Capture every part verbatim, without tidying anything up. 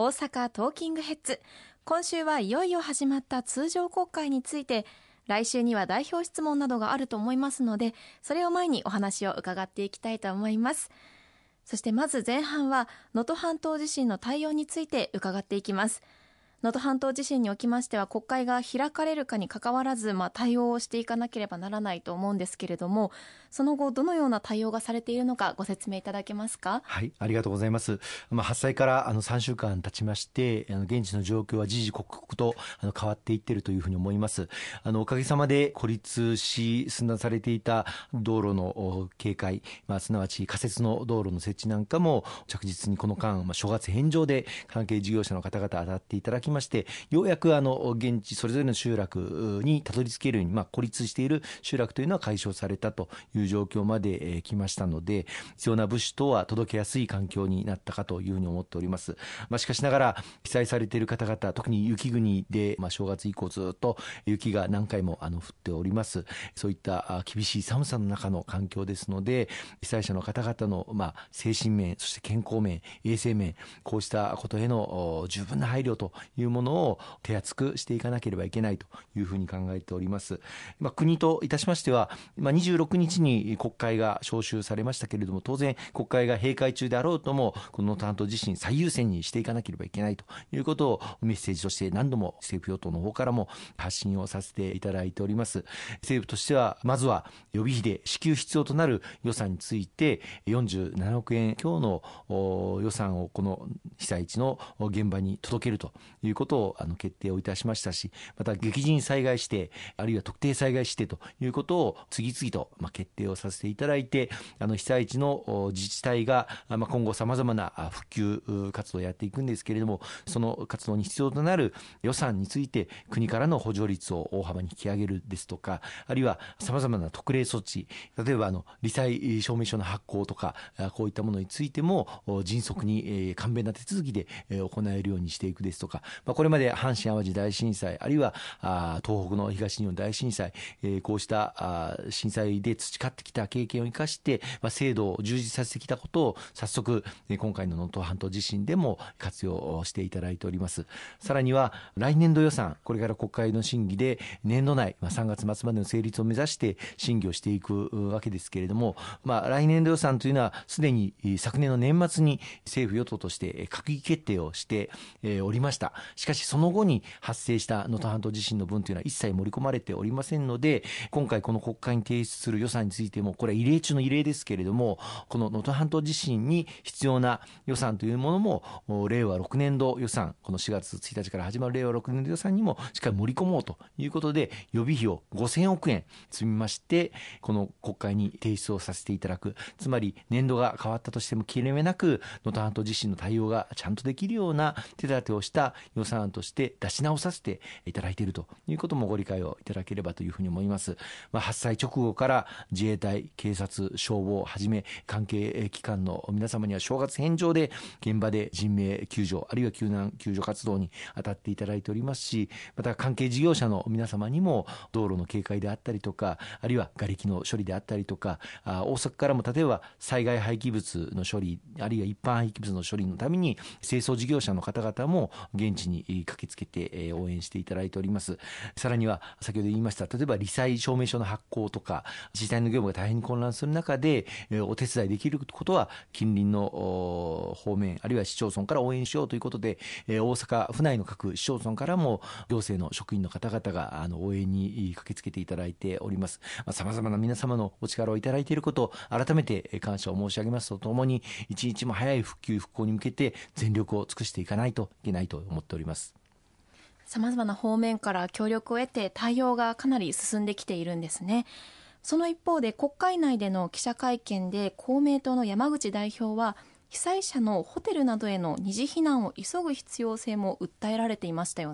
大阪トーキングヘッズ。今週はいよいよ始まった通常国会について、来週には代表質問などがあると思いますので、それを前にお話を伺っていきたいと思います。そしてまず前半は能登半島地震の対応について伺っていきます。能登半島地震におきましては、国会が開かれるかにかかわらず、まあ、対応をしていかなければならないと思うんですけれども、その後どのような対応がされているのかご説明いただけますか。 はい、ありがとうございます。まあ、発災からあのさんしゅうかん経ちまして、あの現地の状況は時々刻々とあの変わっていっているというふうに思います。あのおかげさまで孤立し寸断されていた道路の警戒、まあ、すなわち仮設の道路の設置なんかも着実にこの間、まあ、諸月返上で関係事業者の方々当たっていただきまして、ようやくあの現地それぞれの集落にたどり着けるように、まあ、孤立している集落というのは解消されたという状況まで、えー、来ましたので、必要な物資等は届けやすい環境になったかというふうに思っております。まあ、しかしながら被災されている方々、特に雪国で、まあ、正月以降ずっと雪が何回もあの降っております。そういった厳しい寒さの中の環境ですので、被災者の方々の、まあ、精神面、そして健康面、衛生面、こうしたことへの十分な配慮というものをを手厚くしていかなければいけないというふうに考えております。まあ、国といたしましては、まあ、にじゅうろくにちに国会が召集されましたけれども、当然国会が閉会中であろうともこの能登半島地震最優先にしていかなければいけないということをメッセージとして何度も政府与党の方からも発信をさせていただいております。政府としてはまずは予備費で支給必要となる予算についてよんじゅうななおくえん強の予算をこの被災地の現場に届けるということをあの決定をいたしましたし、また激甚災害指定あるいは特定災害指定ということを次々とまあ決定をさせていただいて、あの被災地の自治体がまあ今後さまざまな復旧活動をやっていくんですけれども、その活動に必要となる予算について国からの補助率を大幅に引き上げるですとか、あるいはさまざまな特例措置、例えばあの罹災証明書の発行とかこういったものについても迅速に簡便な手続きで行えるようにしていくですとか、まあ、これまで阪神・淡路大震災、あるいはあ東北の東日本大震災、えー、こうしたあ震災で培ってきた経験を生かして、まあ、制度を充実させてきたことを早速、えー、今回の能登半島地震でも活用していただいております。さらには来年度予算、これから国会の審議で年度内、まあ、さんがつ末までの成立を目指して審議をしていくわけですけれども、まあ、来年度予算というのはすでに昨年の年末に政府与党として閣議決定をしておりました。しかしその後に発生した能登半島地震の分というのは一切盛り込まれておりませんので、今回この国会に提出する予算についても、これは異例中の異例ですけれども、この能登半島地震に必要な予算というものも令和ろくねんど予算、このしがつついたちから始まる令和ろくねんど予算にもしっかり盛り込もうということで、予備費をごせんおくえん積みまして、この国会に提出をさせていただく。つまり年度が変わったとしても切れ目なく能登半島地震の対応がちゃんとできるような手立てをした予算案として出し直させていただいているということもご理解をいただければというふうに思います。まあ、発災直後から自衛隊、警察、消防をはじめ関係機関の皆様には正月返上で現場で人命救助あるいは救難救助活動に当たっていただいておりますし、また関係事業者の皆様にも道路の警戒であったりとか、あるいは瓦礫の処理であったりとか、あ大阪からも例えば災害廃棄物の処理あるいは一般廃棄物の処理のために清掃事業者の方々も現地に駆けつけて応援していただいております。さらには先ほど言いました例えば罹災証明書の発行とか自治体の業務が大変に混乱する中でお手伝いできることは近隣の方面あるいは市町村から応援しようということで、大阪府内の各市町村からも行政の職員の方々があの応援に駆けつけていただいております。さまざ、まな皆様のお力をいただいていることを改めて感謝を申し上げますとともに、一日も早い復旧復興に向けて全力を尽くしていかないといけないと思っております。 さまざまな方面から協力を得て対応がかなり進んできているんですね。その一方で国会内での記者会見で公明党の山口代表は被災者のホテルなどへの二次避難を急ぐ必要性も訴えられていましたよね。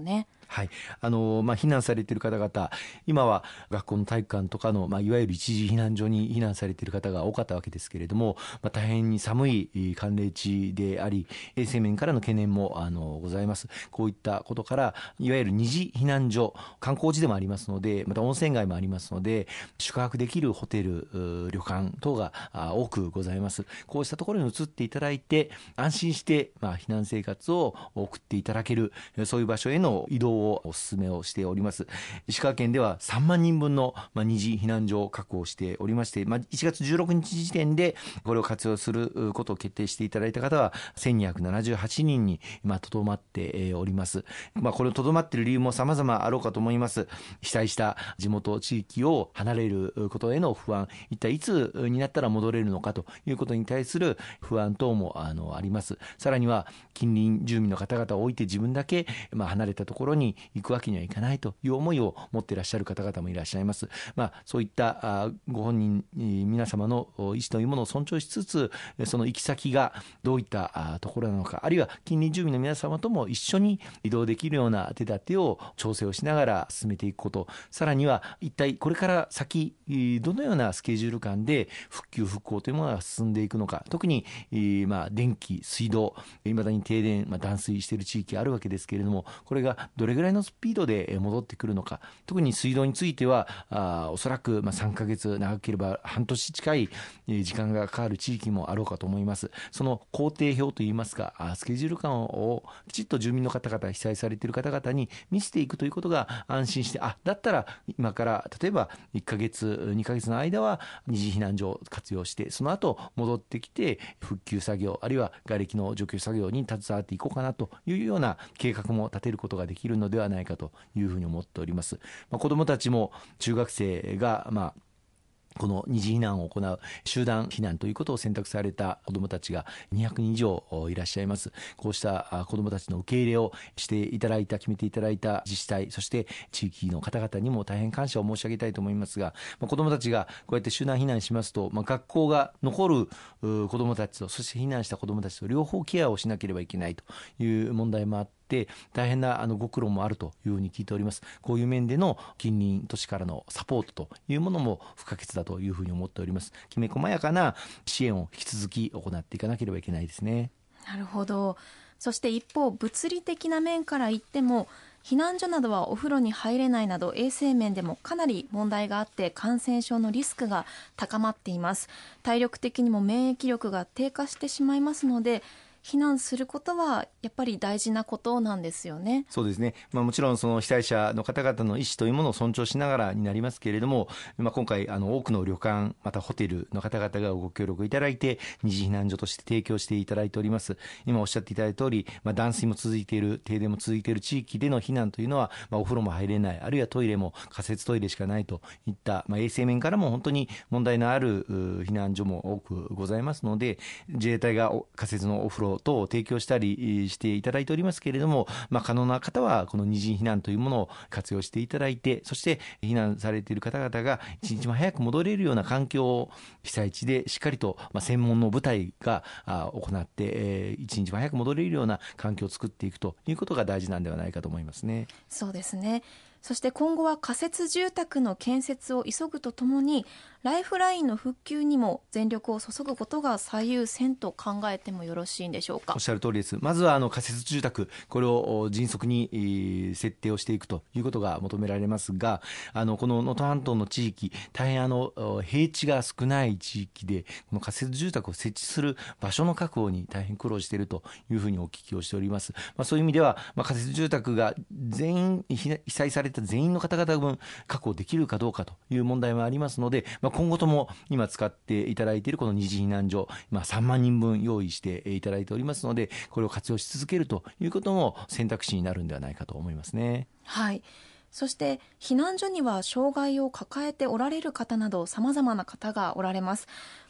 はい、あのまあ、避難されている方々、今は学校の体育館とかの、まあ、いわゆる一時避難所に避難されている方が多かったわけですけれども、まあ、大変に寒い寒冷地であり、衛生面からの懸念もあのございます。こういったことから、いわゆる二次避難所、観光地でもありますので、また温泉街もありますので、宿泊できるホテル、旅館等が多くございます。こうしたところに移っていただいて、安心して、まあ、避難生活を送っていただける、そういう場所への移動をお勧めをしております。石川県ではさんまんにんぶんの、まあ、二次避難所を確保しておりまして、まあ、いちがつじゅうろくにち時点でこれを活用することを決定していただいた方はせんにひゃくななじゅうはちにんにとどまっております。まあ、これをとどまっている理由も様々あろうかと思います。被災した地元地域を離れることへの不安、一体いつになったら戻れるのかということに対する不安等も あのあります。さらには近隣住民の方々を置いて自分だけ、まあ、離れたところに行くわけにはいかないという思いを持っていらっしゃる方々もいらっしゃいます。まあ、そういったあご本人皆様の意思というものを尊重しつつ、その行き先がどういったところなのか、あるいは近隣住民の皆様とも一緒に移動できるような手立てを調整をしながら進めていくこと、さらには一体これから先どのようなスケジュール感で復旧復興というものが進んでいくのか、特にまあ電気水道、いまだに停電、まあ、断水している地域あるわけですけれども、これがどれぐらいのスピードで戻ってくるのか、特に水道についてはあおそらくまあさんかげつ、長ければ半年近い時間がかかる地域もあろうかと思います。その工程表といいますか、スケジュール感をきちっと住民の方々、被災されている方々に見せていくということが安心して、あ、だったら今から例えばいっかげつにかげつの間は二次避難所を活用して、その後戻ってきて復旧作業、あるいは瓦礫の除去作業に携わっていこうかなというような計画も立てることができるのではないかというふうに思っております。まあ、子どもたちも中学生がまあこの二次避難を行う集団避難ということを選択された子どもたちがにひゃくにん以上いらっしゃいます。こうした子どもたちの受け入れをしていただいた、決めていただいた自治体、そして地域の方々にも大変感謝を申し上げたいと思いますが、子どもたちがこうやって集団避難しますと、まあ、学校が残る子どもたちと、そして避難した子どもたちと両方ケアをしなければいけないという問題もあって、大変なあのご苦労もあるというふうに聞いております。こういう面での近隣都市からのサポートというものも不可欠だというふうに思っております。きめ細やかな支援を引き続き行っていかなければいけないですね。 なるほど。そして一方、物理的な面から言っても避難所などはお風呂に入れないなど衛生面でもかなり問題があって、感染症のリスクが高まっています。体力的にも免疫力が低下してしまいますので、避難することはやっぱり大事なことなんですよね。 そうですね、まあ、もちろんその被災者の方々の意思というものを尊重しながらになりますけれども、まあ、今回あの多くの旅館、またホテルの方々がご協力いただいて二次避難所として提供していただいております。今おっしゃっていただいた通り、まあ、断水も続いている、停電も続いている地域での避難というのは、まあ、お風呂も入れない、あるいはトイレも仮設トイレしかないといった、まあ、衛生面からも本当に問題のある避難所も多くございますので、自衛隊が仮設のお風呂等を提供したりしていただいておりますけれども、まあ、可能な方はこの二次避難というものを活用していただいて、そして避難されている方々が一日も早く戻れるような環境を被災地でしっかりと、まあ、専門の部隊が行って、えー、一日も早く戻れるような環境を作っていくということが大事なんではないかと思いますね。 そうですね。そして今後は仮設住宅の建設を急ぐとともに、ライフラインの復旧にも全力を注ぐことが最優先と考えてもよろしいんでしょうか。 おっしゃる通りです。まずはあの仮設住宅、これを迅速に設定をしていくということが求められますが、あのこの能登半島の地域、大変あの平地が少ない地域で、この仮設住宅を設置する場所の確保に大変苦労しているというふうにお聞きをしております。まあ、そういう意味では、まあ、仮設住宅が全員被災された全員の方々分確保できるかどうかという問題もありますので、まあ、今後とも今使っていただいているこの二次避難所、まあ、さんまんにんぶん用意していただいておりますので、これを活用し続けるということも選択肢になるんではないかと思いますね。 はい。そして避難所には障害を抱えておられる方など様々な方がおられます。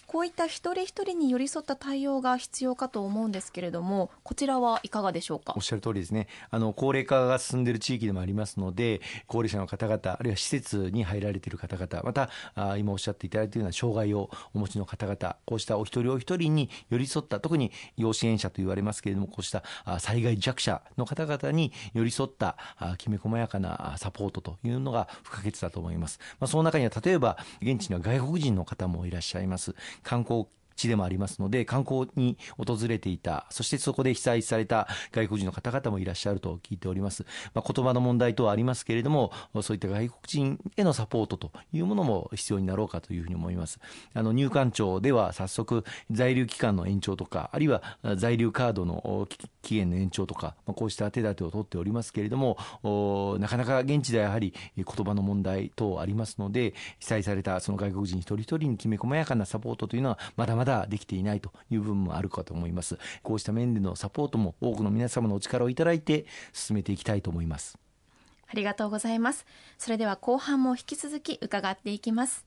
こういった一人一人に寄り添った対応が必要かと思うんですけれども、こちらはいかがでしょうか。 おっしゃる通りですね。あの高齢化が進んでいる地域でもありますので、高齢者の方々、あるいは施設に入られている方々、またあ今おっしゃっていただいているような障害をお持ちの方々、こうしたお一人お一人に寄り添った、特に要支援者と言われますけれども、こうしたあ災害弱者の方々に寄り添ったあきめ細やかなサポートというのが不可欠だと思います。まあ、その中には例えば現地には外国人の方もいらっしゃいます。観光地でもありますので、観光に訪れていた、そしてそこで被災された外国人の方々もいらっしゃると聞いております。まあ、言葉の問題等はありますけれども、そういった外国人へのサポートというものも必要になろうかというふうに思います。あの入管庁では早速在留期間の延長とか、あるいは在留カードの期限の延長とか、まあ、こうした手立てを取っておりますけれども、なかなか現地ではやはり言葉の問題等ありますので、被災されたその外国人一人一人にきめ細やかなサポートというのはまだまだできていないという部分もあるかと思います。こうした面でのサポートも多くの皆様のお力をいただいて進めていきたいと思います。 ありがとうございます。それでは後半も引き続き伺っていきます。